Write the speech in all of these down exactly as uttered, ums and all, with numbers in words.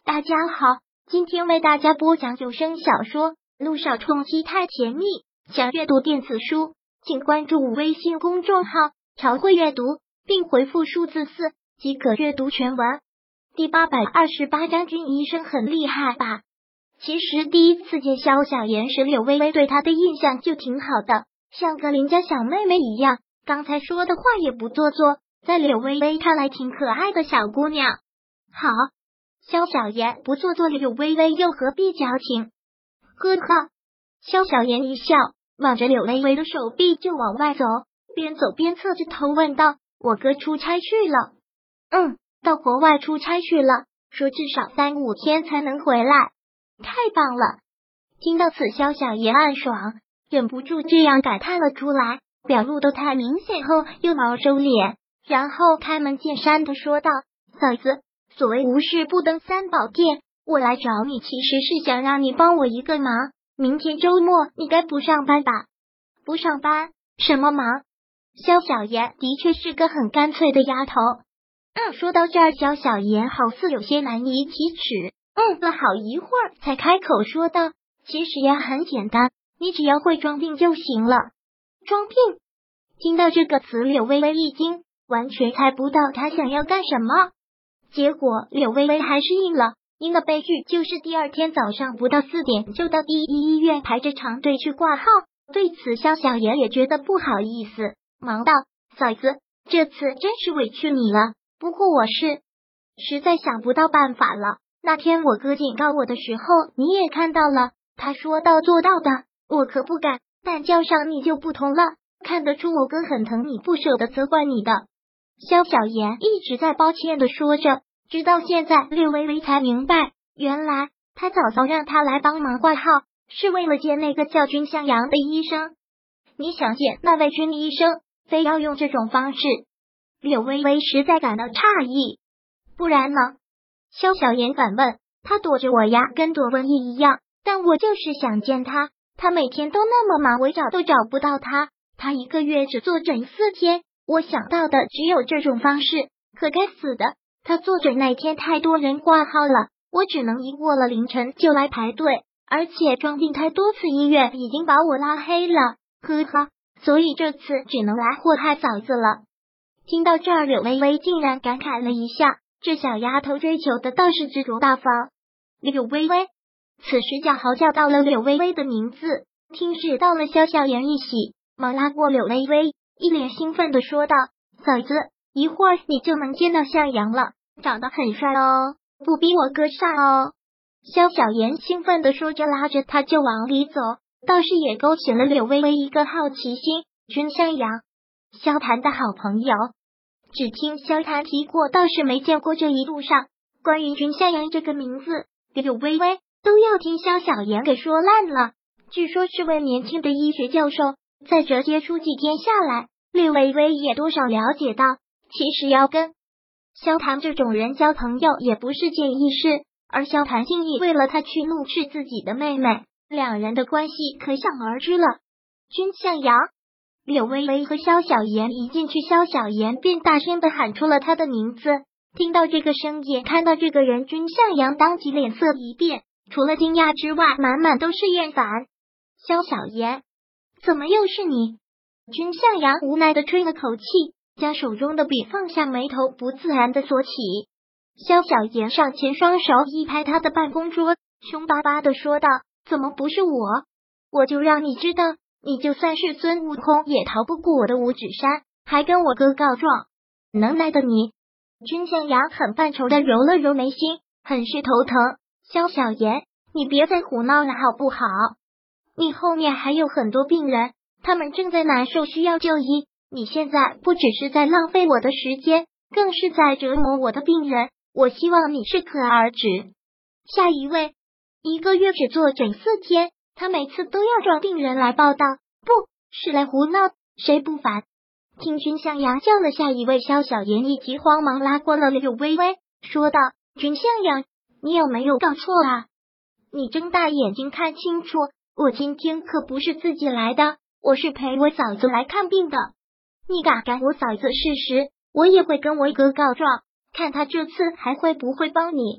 大家好，今天为大家播讲有声小说《路上冲击太甜蜜》。想阅读电子书，请关注微信公众号朝会阅读，并回复数字四即可阅读全文。第八百二十八章，君医生很厉害吧？其实第一次见萧小妍时，柳微微对她的印象就挺好的，像个邻家小妹妹一样，刚才说的话也不做作，在柳微微看来挺可爱的小姑娘。好，萧小妍不做作，柳微微又何必矫情？呵呵，萧小妍一笑，望着柳微微的手臂就往外走，边走边侧着头问道：“我哥出差去了？”“嗯，到国外出差去了，说至少三五天才能回来。”“太棒了！”听到此，萧小妍暗爽，忍不住这样感叹了出来，表露得太明显后又毛收敛，然后开门见山的说道：“嫂子，所谓无事不登三宝殿，我来找你其实是想让你帮我一个忙。明天周末你该不上班吧？”“不上班？什么忙？”萧小妍的确是个很干脆的丫头。嗯，说到这儿，萧小妍好似有些难以启齿，嗯了好一会儿才开口说道：“其实也很简单，你只要会装病就行了。”“装病？”听到这个词，柳微微一惊，完全猜不到她想要干什么。结果柳微微还是应了，应的悲剧就是第二天早上不到四点就到第一医院排着长队去挂号。对此萧小妍也觉得不好意思，忙道：“嫂子，这次真是委屈你了，不过我是实在想不到办法了。那天我哥警告我的时候你也看到了，他说到做到的，我可不敢，但叫上你就不同了，看得出我哥很疼你，不舍得责怪你的。”萧小妍一直在抱歉的说着，直到现在柳微微才明白，原来他早早让他来帮忙挂号是为了见那个叫君向阳的医生。你想见那位君医生，非要用这种方式？柳微微实在感到诧异。不然呢？萧小妍反问。他躲着我呀，跟躲瘟疫一样，但我就是想见他，他每天都那么忙，我找都找不到他，他一个月只坐诊四天，我想到的只有这种方式。可该死的，他坐诊那天太多人挂号了，我只能一过了凌晨就来排队，而且装病太多次，医院已经把我拉黑了，呵呵，所以这次只能来祸害嫂子了。听到这儿，柳微微竟然感慨了一下，这小丫头追求的倒是知足大方。柳微微，此时叫嚎叫到了柳微微的名字，听是到了萧小妍一喜，忙拉过柳微微，一脸兴奋的说道：“嫂子，一会儿你就能见到向阳了，长得很帅哦，不比我哥帅哦。”萧小妍兴奋的说着，拉着他就往里走，倒是也勾起了柳微微一个好奇心。君向阳，萧谈的好朋友，只听萧谈提过，倒是没见过这一路上关于君向阳这个名字，柳微微都要听萧小妍给说烂了。据说是位年轻的医学教授，在这接触几天下来，柳微微也多少了解到，其实要跟萧谈这种人交朋友也不是件易事，而萧谈竟亦为了他去怒斥自己的妹妹，两人的关系可想而知了。君向阳，柳微微和萧小妍一进去，萧小妍便大声的喊出了他的名字。听到这个声音，看到这个人，君向阳当即脸色一变，除了惊讶之外，满满都是厌烦。萧小妍，怎么又是你？君向阳无奈的吹了口气，将手中的笔放下，眉头不自然的锁起。萧小妍上前双手一拍他的办公桌，凶巴巴的说道：“怎么不是我？我就让你知道，你就算是孙悟空也逃不过我的五指山，还跟我哥告状，能耐的你！”君向阳很犯愁的揉了揉眉心，很是头疼。萧小妍，你别再胡闹了好不好？你后面还有很多病人，他们正在难受，需要就医。你现在不只是在浪费我的时间，更是在折磨我的病人。我希望你适可而止。下一位，一个月只坐诊四天，他每次都要找病人来报道，不是来胡闹，谁不烦？听君向阳叫了下一位，萧小妍一急慌忙拉过了柳微微，说道：“君向阳，你有没有搞错啊？你睁大眼睛看清楚，我今天可不是自己来的，我是陪我嫂子来看病的。你敢赶我嫂子事实，我也会跟我哥告状，看他这次还会不会帮你。”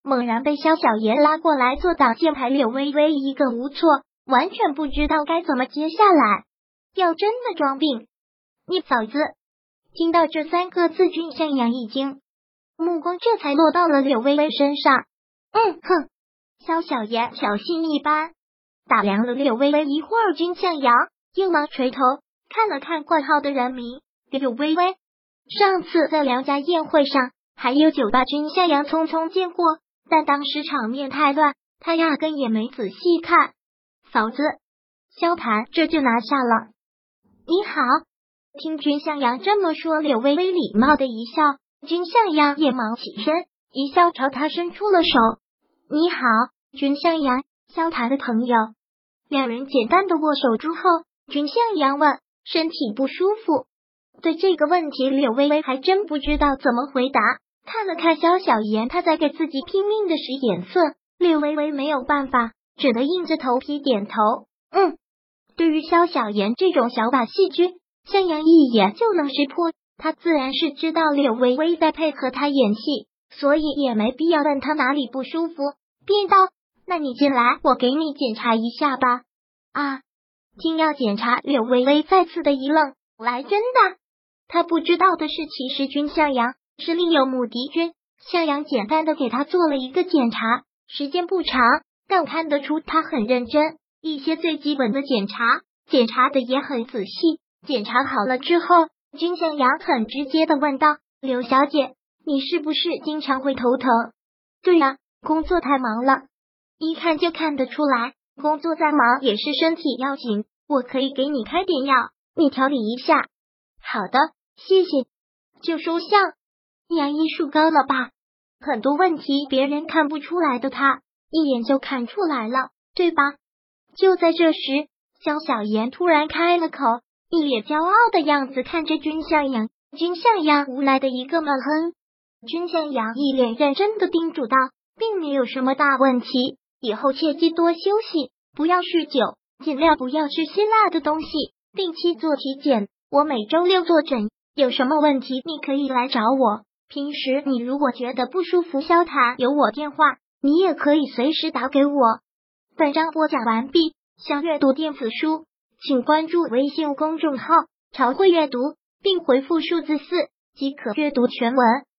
猛然被萧小言拉过来做挡箭牌。柳微微一个无措，完全不知道该怎么接下来。要真的装病，你嫂子！听到这三个字，君向阳已经目光这才落到了柳微微身上。嗯哼，萧小言挑衅一般打量了柳微微一会儿，君向阳又忙垂头看了看挂号的人名柳微微。上次在梁家宴会上还有酒吧，君向阳匆匆见过，但当时场面太乱，他压根也没仔细看。嫂子，萧盘这就拿下了。你好，听君向阳这么说，柳微微礼貌的一笑，君向阳也忙起身，一笑朝他伸出了手。你好，君向阳，萧盘的朋友。两人简单的握手之后，君向阳问：身体不舒服？对这个问题，柳微微还真不知道怎么回答。看了看萧小言，他在给自己拼命的使眼色，柳微微没有办法，只得硬着头皮点头。嗯，对于萧小言这种小把戏君向阳一眼就能识破，他自然是知道柳微微在配合他演戏，所以也没必要问他哪里不舒服，便道：那你进来，我给你检查一下吧。啊，听要检查，柳微微再次的一愣，来真的？他不知道的是，其实君向阳是另有目的。君向阳简单的给他做了一个检查，时间不长，但看得出他很认真，一些最基本的检查检查的也很仔细。检查好了之后，君向阳很直接的问道：刘小姐，你是不是经常会头疼？对呀，工作太忙了，一看就看得出来，工作再忙也是身体要紧，我可以给你开点药，你调理一下。好的，谢谢。就说像杨医术高了吧，很多问题别人看不出来的，他一眼就看出来了，对吧？就在这时，萧小言突然开了口，一脸骄傲的样子看着君向阳。君向阳无奈的一个闷哼。君向阳一脸认真的叮嘱道：并没有什么大问题，以后切记多休息，不要酗酒，尽量不要吃辛辣的东西，定期做体检，我每周六坐诊，有什么问题你可以来找我。平时你如果觉得不舒服，萧谈有我电话，你也可以随时打给我。本章播讲完毕，想阅读电子书，请关注微信公众号朝会阅读，并回复数字四即可阅读全文。